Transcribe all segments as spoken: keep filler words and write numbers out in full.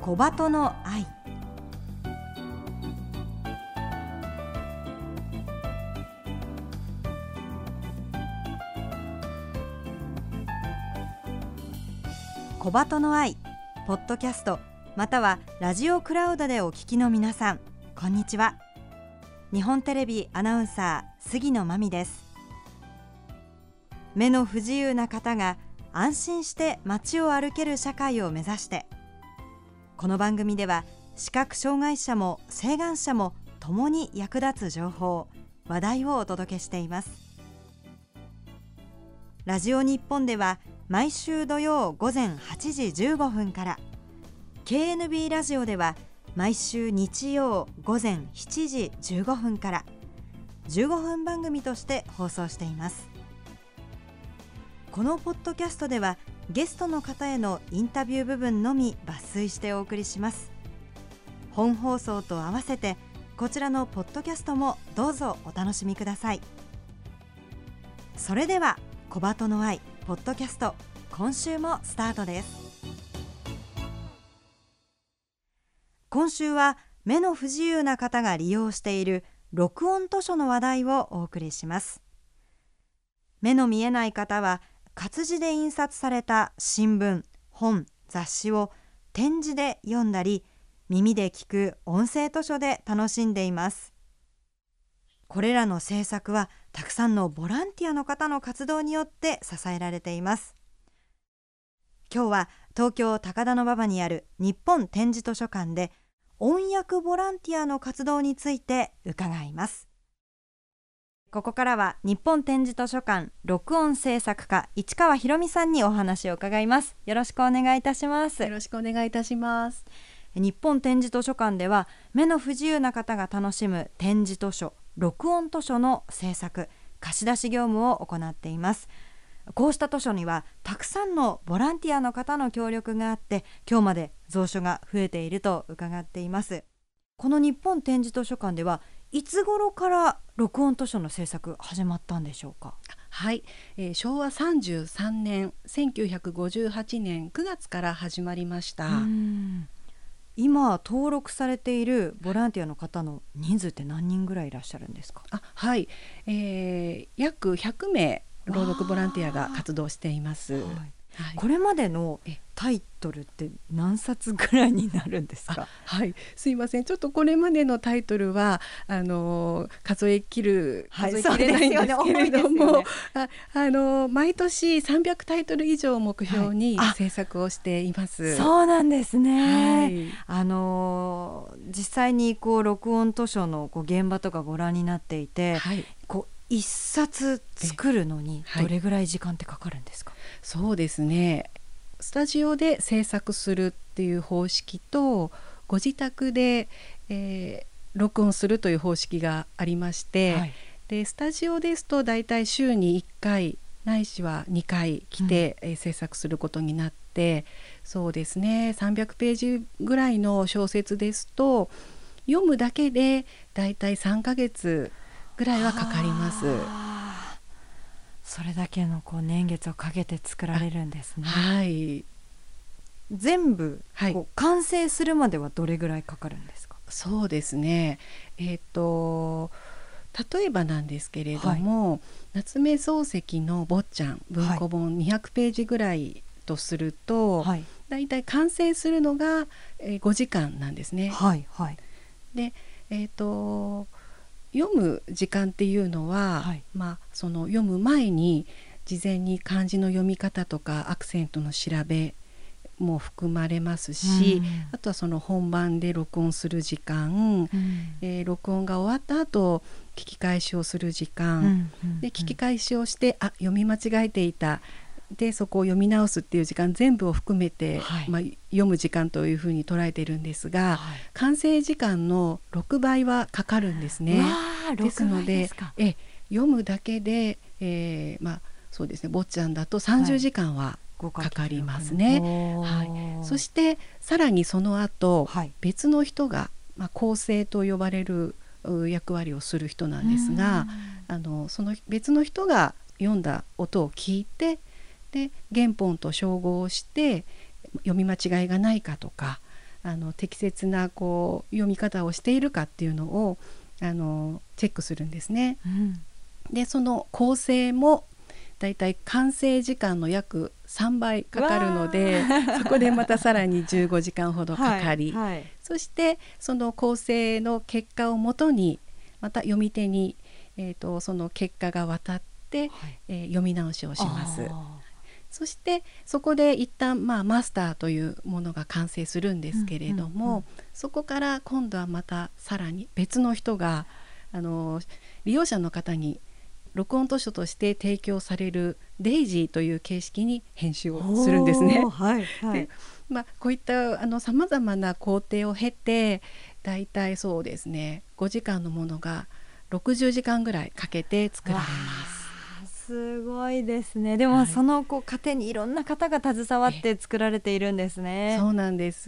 小鳩の愛。小鳩の愛ポッドキャストまたはラジオクラウドでお聞きの皆さん、こんにちは。日本テレビアナウンサー杉野真美です。目の不自由な方が安心して街を歩ける社会を目指して、この番組では視覚障害者も晴眼者も共に役立つ情報、話題をお届けしています。ラジオ日本では毎週土曜午前はちじじゅうごふんから、 ケーエヌビー ラジオでは毎週日曜午前しちじじゅうごふんからじゅうごふん番組として放送しています。このポッドキャストではゲストの方へのインタビュー部分のみ抜粋してお送りします。本放送と合わせてこちらのポッドキャストもどうぞお楽しみください。それでは小鳩の愛ポッドキャスト、今週もスタートです。今週は目の不自由な方が利用している録音図書の話題をお送りします。目の見えない方は活字で印刷された新聞、本、雑誌を点字で読んだり、耳で聞く音声図書で楽しんでいます。これらの制作はたくさんのボランティアの方の活動によって支えられています。今日は東京高田馬場にある日本点字図書館で音訳ボランティアの活動について伺います。ここからは日本点字図書館録音制作課市川博美さんにお話を伺います。よろしくお願いいたします。 よろしくお願いいたします。 日本点字図書館では目の不自由な方が楽しむ点字図書、録音図書の制作、貸し出し業務を行っています。こうした図書にはたくさんのボランティアの方の協力があって、今日まで蔵書が増えていると伺っています。この日本点字図書館ではいつ頃から録音図書の制作始まったんでしょうか？ はい、えー、しょうわさんじゅうさんねんせんきゅうひゃくごじゅうはちねんくがつから始まりました。 うーん、今登録されているボランティアの方の人数って何人ぐらいいらっしゃるんですか？ あ、はい、えー、約ひゃくめい朗読ボランティアが活動しています。はいはい、これまでのタイトルって何冊ぐらいになるんですか？ はい、すいません、ちょっとこれまでのタイトルはあの数えきる数えきれないんですけれども、はい、ああの毎年さんびゃくタイトル以上を目標に制作をしています。 はい、そうなんですね。はい、あの実際にこう録音図書のこう現場とかご覧になっていて、はい、こう一冊作るのにどれぐらい時間ってかかるんですか？はい、 そうですね、スタジオで制作するっていう方式とご自宅で、えー、録音するという方式がありまして、はい、でスタジオですとだいたい週にいっかいないしはにかい来て、うんえー、制作することになって、そうですね、さんびゃくページぐらいの小説ですと読むだけでだいたいさんかげつぐらいはかかります。 それだけのこう年月をかけて作られるんですね。 はい、 全部こう完成するまではどれぐらいかかるんですか？ そうですね、えーと、例えばなんですけれども、はい、夏目漱石の坊ちゃん文庫本にひゃくページぐらいとすると、はい、だいたい完成するのがごじかんなんですね。 はいはい、 で、えーと読む時間っていうのは、はい、まあ、その読む前に事前に漢字の読み方とかアクセントの調べも含まれますし、うん、あとはその本番で録音する時間、うんえー、録音が終わった後聞き返しをする時間、うんうんうん、で聞き返しをしてあ読み間違えていたでそこを読み直すっていう時間全部を含めて、はいまあ、読む時間というふうに捉えているんですが、はい、完成時間のろくばいはかかるんですね。ですのでえ読むだけで、えーまあ、そうですね、坊ちゃんだとさんじゅうじかんはかかりますね。はいはい、そしてさらにその後、はい、別の人が、まあ、構成と呼ばれる役割をする人なんですが、あのその別の人が読んだ音を聞いてで原本と照合をして読み間違いがないかとかあの適切なこう読み方をしているかっていうのをあのチェックするんですね、うん、でその構成もだいたい完成時間の約さんばいかかるのでそこでまたさらにじゅうごじかんほどかかり、はいはい、そしてその構成の結果をもとにまた読み手に、えーと、その結果が渡って、はい、えー、読み直しをします。そしてそこで一旦、まあ、マスターというものが完成するんですけれども、うんうんうん、そこから今度はまたさらに別の人があの利用者の方に録音図書として提供されるデイジーという形式に編集をするんですね。はいはい、でまあ、こういったさまざまな工程を経てだいたいそうですねごじかんのものがろくじゅうじかんぐらいかけて作られます。 すごいですね。でも、はい、そのこう過程にいろんな方が携わって作られているんですね。 そうなんです。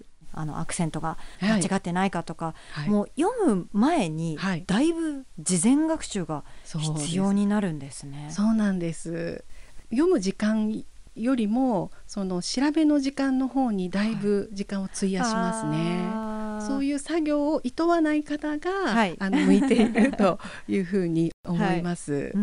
あのアクセントが間違ってないかとか、はい、もう読む前にだいぶ事前学習が必要になるんですね。 そうなんです。読む時間よりもその調べの時間の方にだいぶ時間を費やしますね、はい、そういう作業を厭わない方が、はい、あの向いているというふうに思います、はい、うん、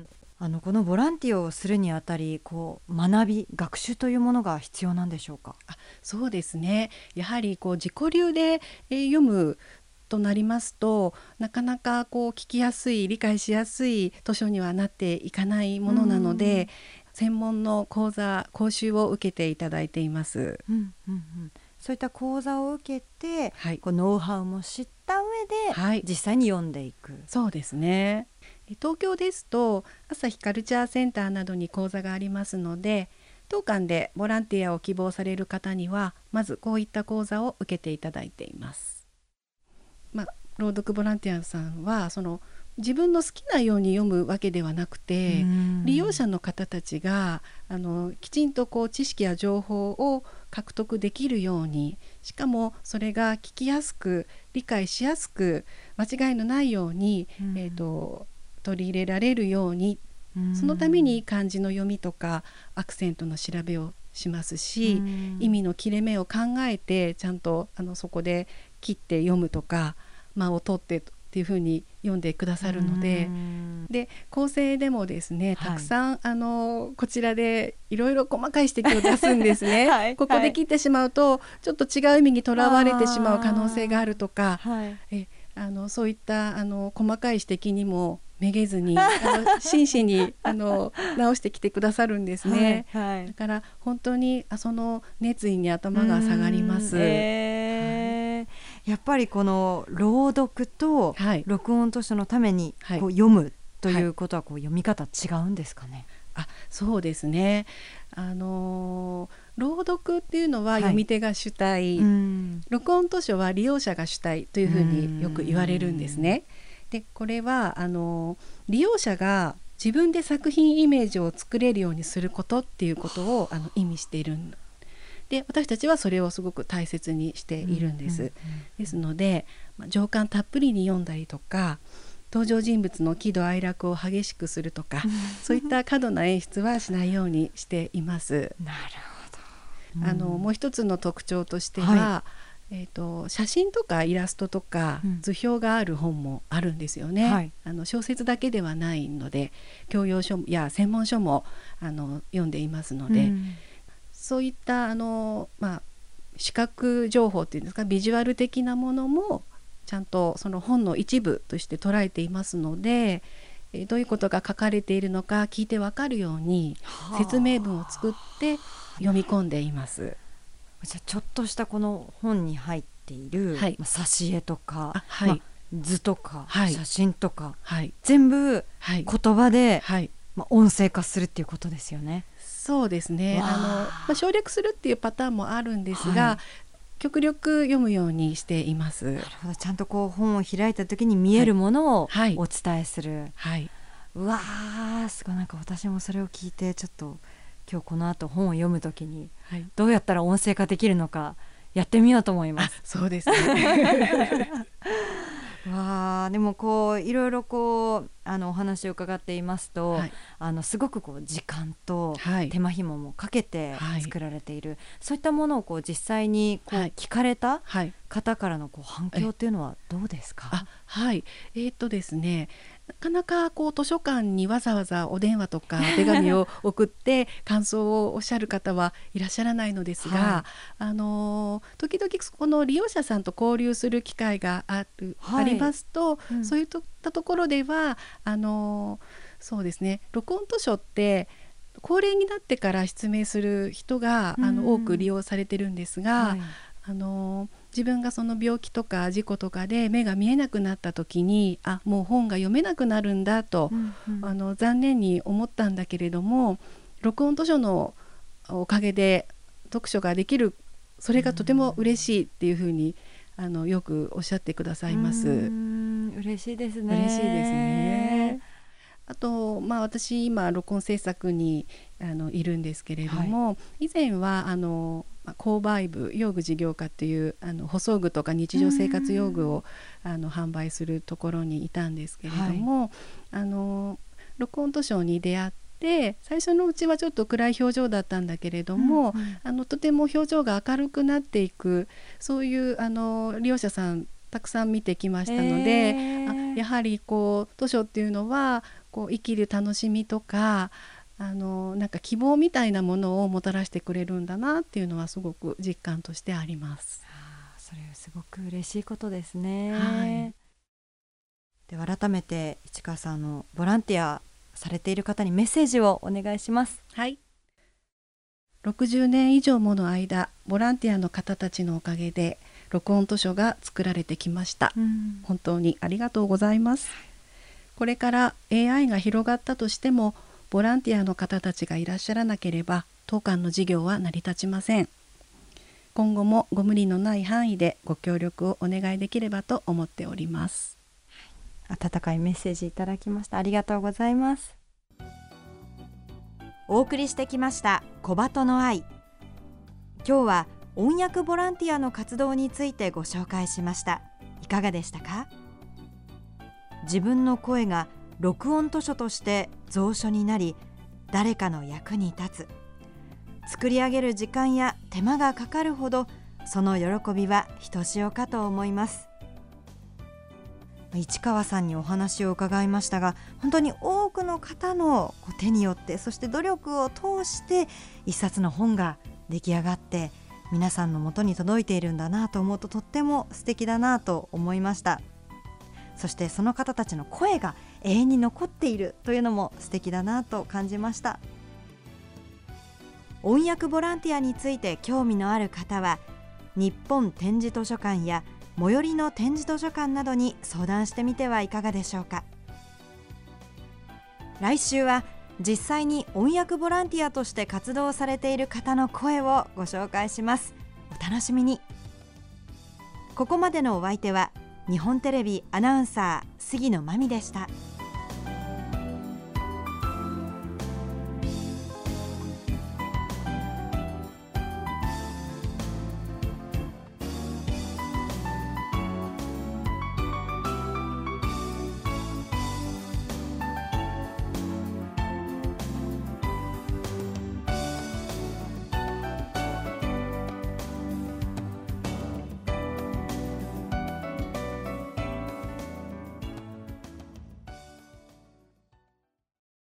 あのこのボランティアをするにあたりこう学び学習というものが必要なんでしょうか。 あ、そうですね。やはりこう自己流で、えー、読むとなりますとなかなかこう聞きやすい理解しやすい図書にはなっていかないものなので専門の講座講習を受けていただいています、うんうんうん、そういった講座を受けて、はい、こうノウハウも知った上で、はい、実際に読んでいく。 そうですね。東京ですと朝日カルチャーセンターなどに講座がありますので当館でボランティアを希望される方にはまずこういった講座を受けていただいています。まあ、朗読ボランティアさんはその自分の好きなように読むわけではなくて利用者の方たちがあのきちんとこう知識や情報を獲得できるようにしかもそれが聞きやすく理解しやすく間違いのないように、えーと、取り入れられるようにそのために漢字の読みとかアクセントの調べをしますし意味の切れ目を考えてちゃんとあのそこで切って読むとか間を取ってっていうふうに読んでくださるので、で構成でもですねたくさん、はい、あのこちらでいろいろ細かい指摘を出すんですね、はい、ここで切ってしまうとちょっと違う意味にとらわれてしまう可能性があるとか、はい、えあのそういったあの細かい指摘にもめげずにあの真摯にあの直してきてくださるんですね、はいはい、だから本当にあその熱意に頭が下がります、 えーはい、やっぱりこの朗読と録音図書のためにこう読むということはこう読み方違うんですかね。 あ、そうですね。あの朗読っていうのは読み手が主体、はい、録音図書は利用者が主体というふうによく言われるんですね。でこれはあの利用者が自分で作品イメージを作れるようにすることっていうことをあの意味しているんで私たちはそれをすごく大切にしているんです、うんうんうん、ですので、まあ、情感たっぷりに読んだりとか登場人物の喜怒哀楽を激しくするとかそういった過度な演出はしないようにしています。 なるほど、うん、 あのもう一つの特徴としては、はいえーと、写真とかイラストとか図表がある本もあるんですよね、うんはい、あの小説だけではないので教養書や専門書もあの読んでいますので、うん、そういったあの、まあ、視覚情報っていうんですかビジュアル的なものもちゃんとその本の一部として捉えていますので、えー、どういうことが書かれているのか聞いてわかるように説明文を作って読み込んでいます。 じゃあちょっとしたこの本に入っている、はいまあ、挿絵とか、はいまあ、図とか、はい、写真とか、はい、全部言葉で、はいまあ、音声化するっていうことですよね。 そうですねあの、まあ、省略するっていうパターンもあるんですが、はい、極力読むようにしています。なるほど。ちゃんとこう本を開いた時に見えるものをお伝えする、はいはい、うわーすごいなんか私もそれを聞いてちょっと今日この後本を読むときにどうやったら音声化できるのかやってみようと思います。 そうですねわあ、でもこういろいろこうあのお話を伺っていますと、はい、あのすごくこう時間と手間暇もかけて作られている、はい、そういったものをこう実際にこう聞かれた方からのこう反響というのはどうですか？ あ、はい、えーっとですねなかなかこう図書館にわざわざお電話とかお手紙を送って感想をおっしゃる方はいらっしゃらないのですが、はい、あの時々この利用者さんと交流する機会がある、はい、ありますと、うん、そういったところではあのそうですね録音図書って高齢になってから失明する人が、うん、あの多く利用されてるんですが、はい、あの自分がその病気とか事故とかで目が見えなくなった時にあもう本が読めなくなるんだと、うんうん、あの残念に思ったんだけれども録音図書のおかげで読書ができるそれがとても嬉しいっていうふうにあのよくおっしゃってくださいます。うーん嬉しいですね。 嬉しいですね。あと、まあ、私今録音制作にあのいるんですけれども、はい、以前はあの購買部用具事業科っていうあの補装具とか日常生活用具をあの販売するところにいたんですけれども、はい、あの録音図書に出会って最初のうちはちょっと暗い表情だったんだけれども、うんうん、あのとても表情が明るくなっていくそういうあの利用者さんたくさん見てきましたので、えー、あやはりこう図書っていうのはこう生きる楽しみとかあのなんか希望みたいなものをもたらしてくれるんだなっていうのはすごく実感としてあります。 あそれはすごく嬉しいことですね、 はい、 では改めて市川さんのボランティアされている方にメッセージをお願いします。 はい、ろくじゅうねん以上もの間ボランティアの方たちのおかげで録音図書が作られてきました、うん、本当にありがとうございます。これから エーアイ が広がったとしてもボランティアの方たちがいらっしゃらなければ当館の事業は成り立ちません。今後もご無理のない範囲でご協力をお願いできればと思っております。 温かいメッセージいただきました。ありがとうございます。お送りしてきました小鳩の愛。今日は音訳ボランティアの活動についてご紹介しました。いかがでしたか？自分の声が録音図書として蔵書になり誰かの役に立つ。作り上げる時間や手間がかかるほどその喜びはひとしおかと思います。市川さんにお話を伺いましたが、本当に多くの方の手によってそして努力を通して一冊の本が出来上がって皆さんの元に届いているんだなと思うととっても素敵だなと思いました。そしてその方たちの声が永遠に残っているというのも素敵だなと感じました。音訳ボランティアについて興味のある方は日本点字図書館や最寄りの点字図書館などに相談してみてはいかがでしょうか。来週は実際に音訳ボランティアとして活動されている方の声をご紹介します。お楽しみに。ここまでのお相手は日本テレビアナウンサー杉野真美でした。